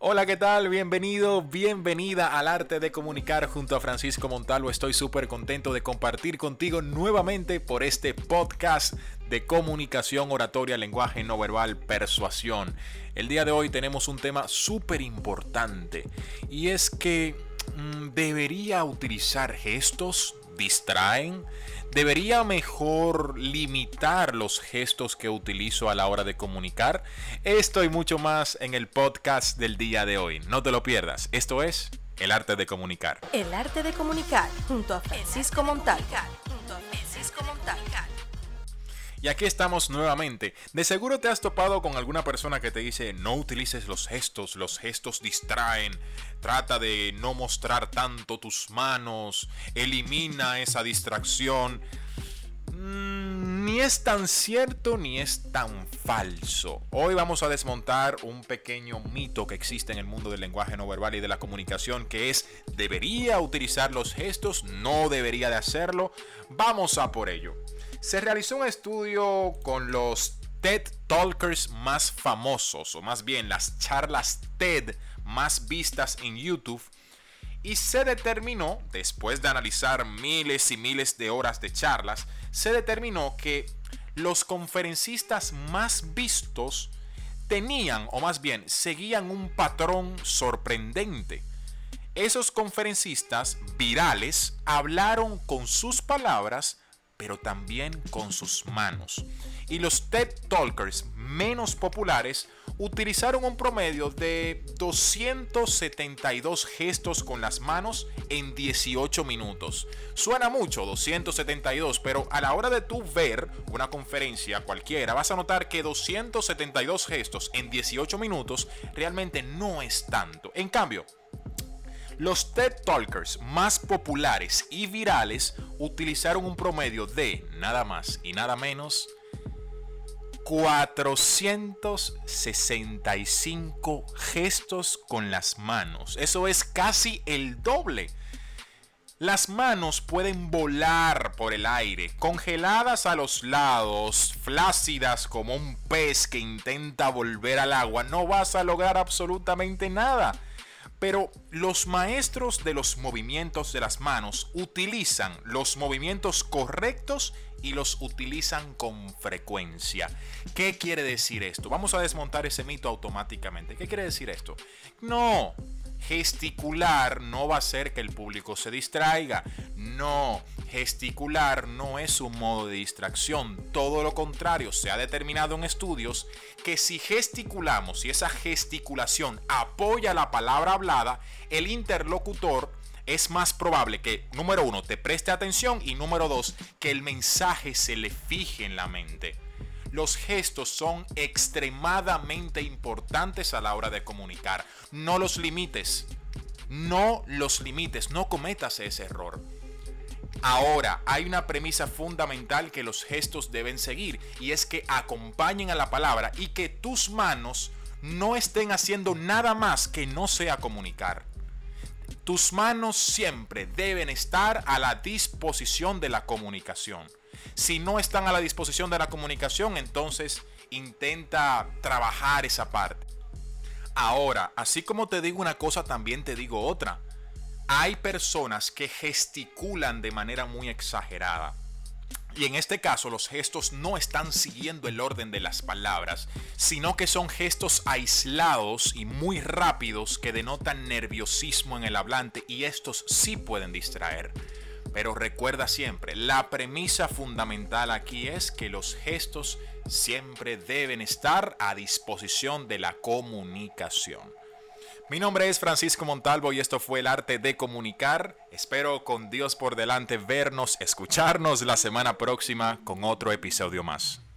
Hola, ¿qué tal? Bienvenido, bienvenida al Arte de Comunicar junto a Francisco Montalvo. Estoy súper contento de compartir contigo nuevamente por este podcast de comunicación, oratoria, lenguaje no verbal, persuasión. El día de hoy tenemos un tema súper importante y es que debería utilizar gestos, distraen. ¿Debería mejor limitar los gestos que utilizo a la hora de comunicar? Esto y mucho más en el podcast del día de hoy. No te lo pierdas. Esto es El Arte de Comunicar. El Arte de Comunicar junto a Francisco Montalvo. Y aquí estamos nuevamente. De seguro te has topado con alguna persona que te dice no utilices los gestos distraen, trata de no mostrar tanto tus manos, elimina esa distracción. Ni es tan cierto ni es tan falso. Hoy vamos a desmontar un pequeño mito que existe en el mundo del lenguaje no verbal y de la comunicación, que es: ¿debería utilizar los gestos? ¿No debería de hacerlo? Vamos a por ello. Se realizó un estudio con los TED Talkers más famosos, o más bien las charlas TED más vistas en YouTube, y se determinó, después de analizar miles y miles de horas de charlas, se determinó que los conferencistas más vistos tenían, o más bien seguían un patrón sorprendente. Esos conferencistas virales hablaron con sus palabras, pero también con sus manos. Y los TED Talkers menos populares utilizaron un promedio de 272 gestos con las manos en 18 minutos. Suena mucho, 272, pero a la hora de tú ver una conferencia cualquiera, vas a notar que 272 gestos en 18 minutos realmente no es tanto. En cambio, los TED Talkers más populares y virales utilizaron un promedio de nada más y nada menos 465 gestos con las manos. Eso es casi el doble. Las manos pueden volar por el aire, congeladas a los lados, flácidas como un pez que intenta volver al agua. No vas a lograr absolutamente nada. Pero los maestros de los movimientos de las manos utilizan los movimientos correctos y los utilizan con frecuencia. ¿Qué quiere decir esto? Vamos a desmontar ese mito automáticamente. ¿Qué quiere decir esto? No, gesticular no va a hacer que el público se distraiga. No, gesticular no es un modo de distracción. Todo lo contrario, se ha determinado en estudios que si gesticulamos y esa gesticulación apoya la palabra hablada, el interlocutor es más probable que, número uno, te preste atención y número dos, que el mensaje se le fije en la mente. Los gestos son extremadamente importantes a la hora de comunicar. No los limites. No los limites. No cometas ese error. Ahora, hay una premisa fundamental que los gestos deben seguir, y es que acompañen a la palabra y que tus manos no estén haciendo nada más que no sea comunicar. Tus manos siempre deben estar a la disposición de la comunicación. Si no están a la disposición de la comunicación, entonces intenta trabajar esa parte. Ahora, así como te digo una cosa, también te digo otra. Hay personas que gesticulan de manera muy exagerada. Y en este caso los gestos no están siguiendo el orden de las palabras, sino que son gestos aislados y muy rápidos que denotan nerviosismo en el hablante, y estos sí pueden distraer. Pero recuerda siempre, la premisa fundamental aquí es que los gestos siempre deben estar a disposición de la comunicación. Mi nombre es Francisco Montalvo y esto fue El Arte de Comunicar. Espero, con Dios por delante, vernos, escucharnos la semana próxima con otro episodio más.